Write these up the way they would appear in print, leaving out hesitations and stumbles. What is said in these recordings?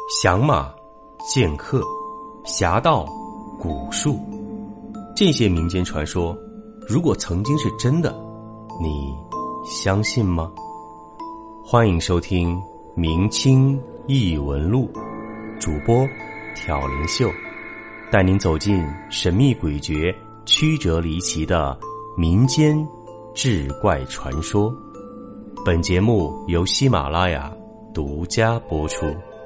降马、剑客、侠盗、蛊术，这些民间传说，如果曾经是真的，你相信吗？欢迎收听《明清异闻录》，主播挑灵秀，带您走进神秘诡谲、曲折离奇的民间志怪传说。本节目由喜马拉雅独家播出。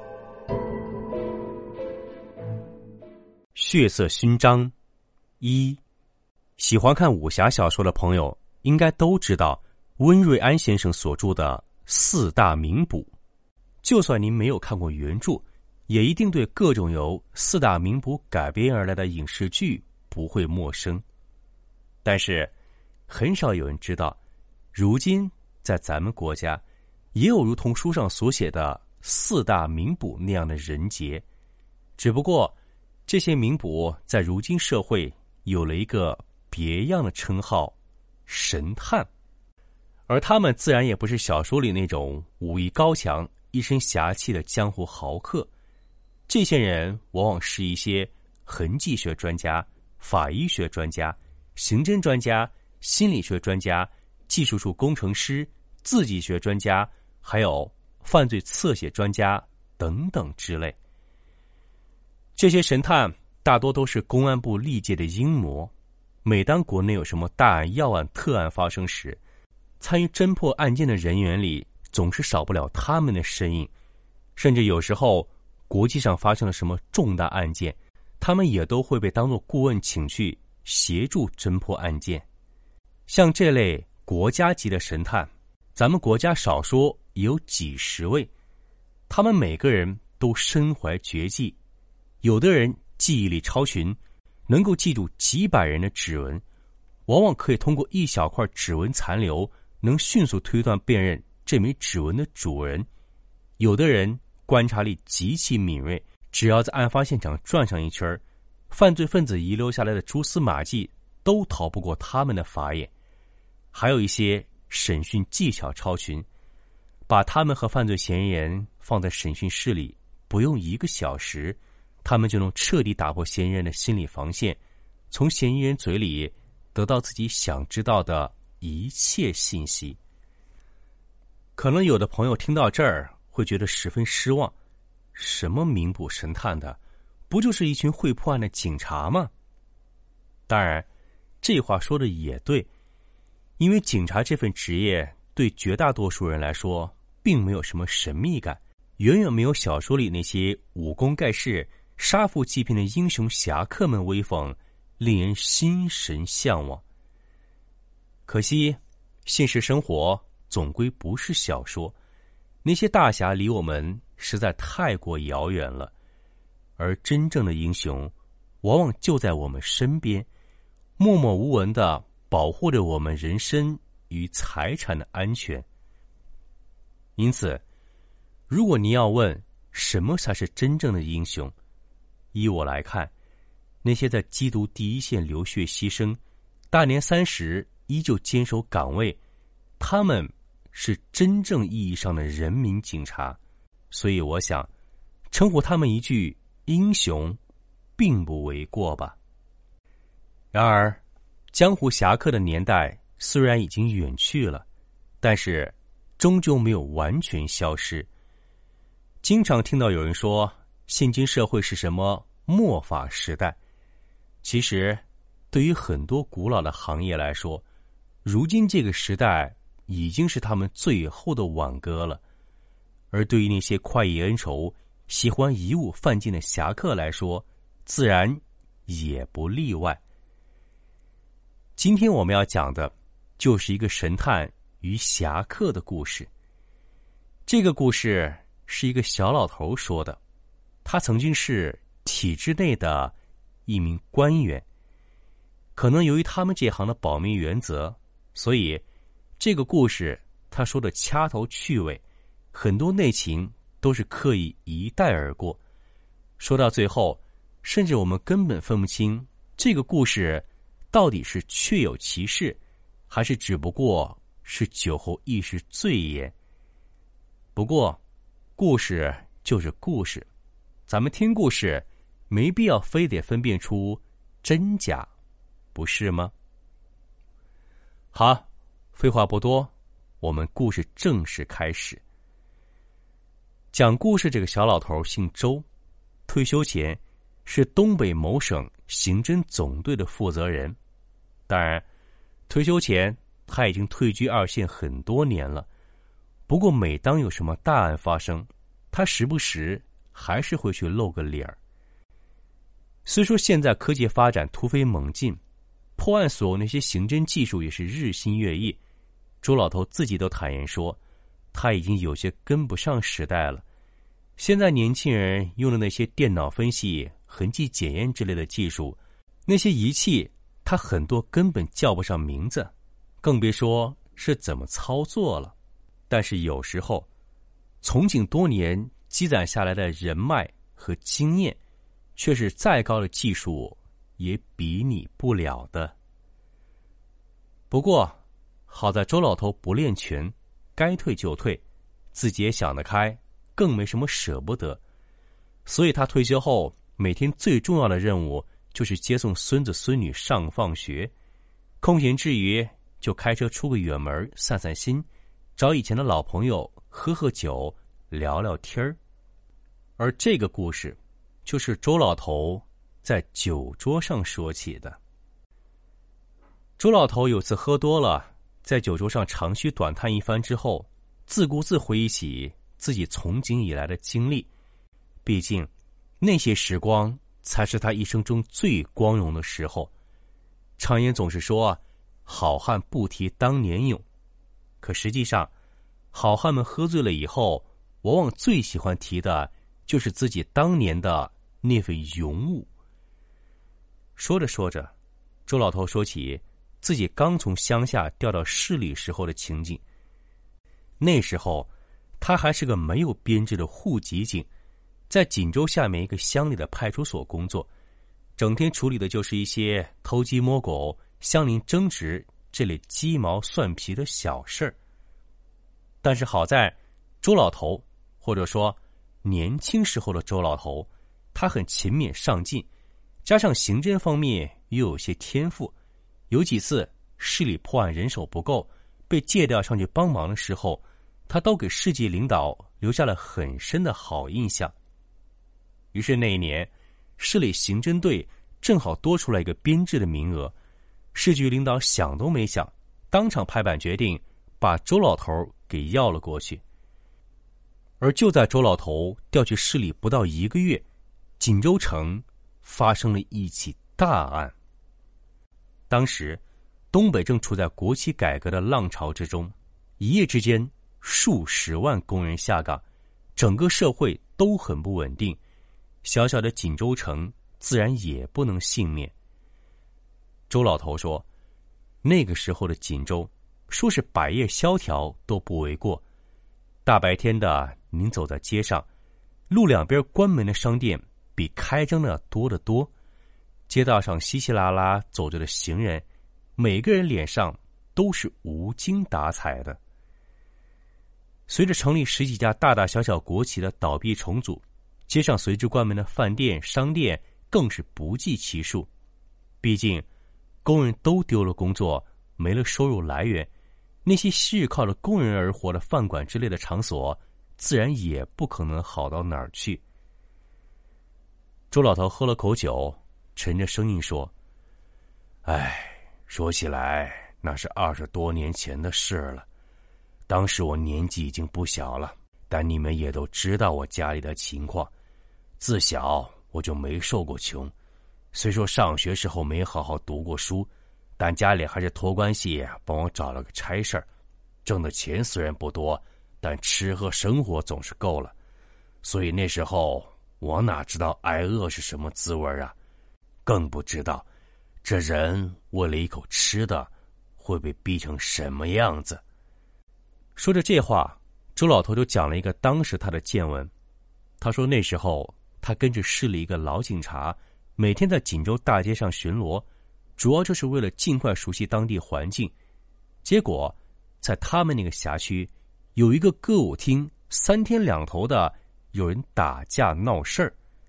血色勋章一，喜欢看武侠小说的朋友应该都知道温瑞安先生所著的四大名捕。就算您没有看过原著，也一定对各种由四大名捕改编而来的影视剧不会陌生。但是很少有人知道，如今在咱们国家也有如同书上所写的四大名捕那样的人杰，只不过这些名捕在如今社会有了一个别样的称号——神探。而他们自然也不是小说里那种武艺高强、一身侠气的江湖豪客，这些人往往是一些痕迹学专家、法医学专家、刑侦专家、心理学专家、技术术工程师、字迹学专家，还有犯罪侧写专家等等之类。这些神探大多都是公安部历届的英模，每当国内有什么大案、要案、特案发生时，参与侦破案件的人员里总是少不了他们的身影。甚至有时候国际上发生了什么重大案件，他们也都会被当作顾问请去协助侦破案件。像这类国家级的神探，咱们国家少说也有几十位，他们每个人都身怀绝技，有的人记忆力超群，能够记住几百人的指纹，往往可以通过一小块指纹残留，能迅速推断辨认这枚指纹的主人。有的人观察力极其敏锐，只要在案发现场转上一圈，犯罪分子遗留下来的蛛丝马迹都逃不过他们的法眼。还有一些审讯技巧超群，把他们和犯罪嫌疑人放在审讯室里，不用1个小时，他们就能彻底打破嫌疑人的心理防线，从嫌疑人嘴里得到自己想知道的一切信息。可能有的朋友听到这儿会觉得十分失望，什么名捕神探的，不就是一群会破案的警察吗？当然，这话说的也对，因为警察这份职业对绝大多数人来说并没有什么神秘感，远远没有小说里那些武功盖世、杀富济贫的英雄侠客们威风，令人心神向往。可惜现实生活总归不是小说，那些大侠离我们实在太过遥远了，而真正的英雄往往就在我们身边，默默无闻地保护着我们人身与财产的安全。因此，如果您要问什么才是真正的英雄，依我来看，那些在缉毒第一线流血牺牲，大年30依旧坚守岗位，他们是真正意义上的人民警察。所以我想称呼他们一句英雄并不为过吧。然而江湖侠客的年代虽然已经远去了，但是终究没有完全消失。经常听到有人说现今社会是什么末法时代，其实对于很多古老的行业来说，如今这个时代已经是他们最后的挽歌了。而对于那些快意恩仇、喜欢贻误犯禁的侠客来说，自然也不例外。今天我们要讲的就是一个神探与侠客的故事。这个故事是一个小老头说的，他曾经是体制内的一名官员，可能由于他们这行的保密原则，所以这个故事他说的掐头去尾，很多内情都是刻意一带而过，说到最后，甚至我们根本分不清这个故事到底是确有其事，还是只不过是酒后一时醉也。不过故事就是故事， 咱们听故事没必要非得分辨出真假，不是吗？好，废话不多，我们故事正式开始。讲故事这个小老头姓周，退休前是东北某省刑侦总队的负责人。当然，退休前他已经退居二线很多年了。不过每当有什么大案发生，他时不时还是会去露个脸儿。虽说现在科技发展突飞猛进，破案所有那些刑侦技术也是日新月异，周老头自己都坦言说，他已经有些跟不上时代了。现在年轻人用的那些电脑分析、痕迹检验之类的技术，那些仪器他很多根本叫不上名字，更别说是怎么操作了。但是有时候，从警多年积攒下来的人脉和经验，却是再高的技术也比拟不了的。不过，好在周老头不练拳，该退就退，自己也想得开，更没什么舍不得。所以他退休后，每天最重要的任务就是接送孙子孙女上放学，空闲之余就开车出个远门散散心，找以前的老朋友喝喝酒，聊聊天儿。而这个故事就是周老头在酒桌上说起的。周老头有次喝多了，在酒桌上长吁短叹一番之后，自顾自回忆起自己从警以来的经历。毕竟那些时光才是他一生中最光荣的时候。常言总是说，好汉不提当年勇。可实际上，好汉们喝醉了以后，往往最喜欢提的就是自己当年的那份勇武。说着说着，周老头说起自己刚从乡下调到市里时候的情景。那时候他还是个没有编制的户籍警，在锦州下面一个乡里的派出所工作，整天处理的就是一些偷鸡摸狗、乡邻争执这类鸡毛蒜皮的小事儿。但是好在周老头，或者说年轻时候的周老头，他很勤勉上进，加上刑侦方面又有些天赋。有几次市里破案人手不够，被借调上去帮忙的时候，他都给市级领导留下了很深的好印象。于是那一年，市里刑侦队正好多出来一个编制的名额，市局领导想都没想，当场拍板决定把周老头给要了过去。而就在周老头调去市里不到1个月，锦州城发生了一起大案。当时东北正处在国企改革的浪潮之中，一夜之间数十万工人下岗，整个社会都很不稳定，小小的锦州城自然也不能幸免。周老头说，那个时候的锦州说是百业萧条都不为过。大白天的，您走在街上，路两边关门的商店比开张的要多得多，街道上稀稀拉拉走着的行人，每个人脸上都是无精打采的。随着城里10几家大大小小国企的倒闭重组，街上随之关门的饭店、商店更是不计其数。毕竟工人都丢了工作，没了收入来源，那些昔日靠着工人而活的饭馆之类的场所，自然也不可能好到哪儿去。周老头喝了口酒，沉着声音说，说起来那是20多年前的事了。当时我年纪已经不小了，但你们也都知道我家里的情况，自小我就没受过穷。虽说上学时候没好好读过书，但家里还是托关系帮我找了个差事儿，挣的钱虽然不多，但吃喝生活总是够了。所以那时候我哪知道挨饿是什么滋味啊，更不知道这人为了一口吃的会被逼成什么样子。说着这话，周老头就讲了一个当时他的见闻。他说那时候他跟着市里一个老警察，每天在锦州大街上巡逻，主要就是为了尽快熟悉当地环境。结果在他们那个辖区有一个歌舞厅，3天2头的有人打架闹事儿。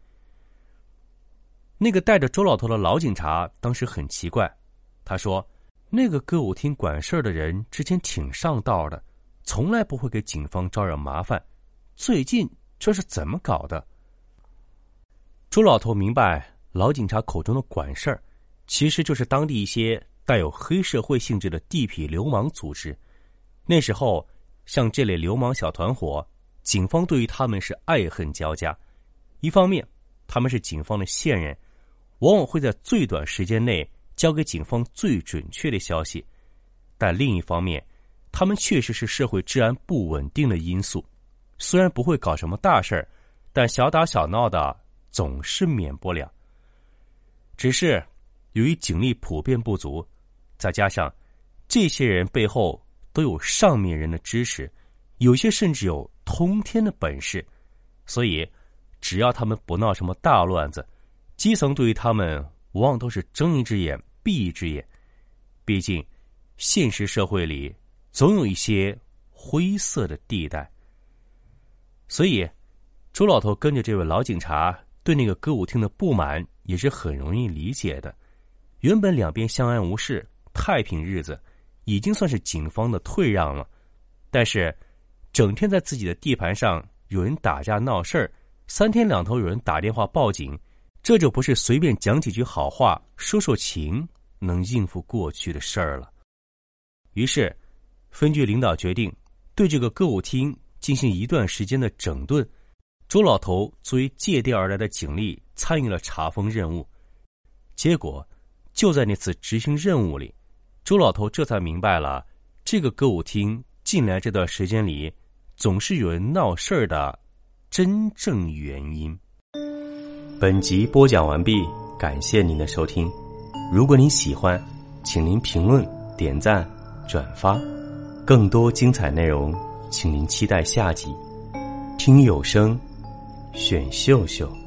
那个带着周老头的老警察当时很奇怪，他说那个歌舞厅管事儿的人之前挺上道的，从来不会给警方招惹麻烦，最近这是怎么搞的？周老头明白老警察口中的管事儿其实就是当地一些带有黑社会性质的地痞流氓组织。那时候像这类流氓小团伙，警方对于他们是爱恨交加。一方面他们是警方的线人，往往会在最短时间内交给警方最准确的消息，但另一方面他们确实是社会治安不稳定的因素。虽然不会搞什么大事儿，但小打小闹的总是免不了。只是由于警力普遍不足，再加上这些人背后都有上面人的支持，有些甚至有通天的本事，所以只要他们不闹什么大乱子，基层对于他们往往都是睁一只眼闭一只眼。毕竟现实社会里总有一些灰色的地带。所以周老头跟着这位老警察对那个歌舞厅的不满也是很容易理解的。原本两边相安无事，太平日子已经算是警方的退让了，但是整天在自己的地盘上有人打架闹事儿，3天2头有人打电话报警，这就不是随便讲几句好话说说情能应付过去的事儿了。于是分局领导决定对这个歌舞厅进行一段时间的整顿。周老头作为借调而来的警力参与了查封任务。结果就在那次执行任务里，周老头这才明白了这个歌舞厅近来这段时间里总是有人闹事儿的真正原因。本集播讲完毕，感谢您的收听。如果您喜欢，请您评论、点赞、转发。更多精彩内容请您期待下集。听有声，选秀秀。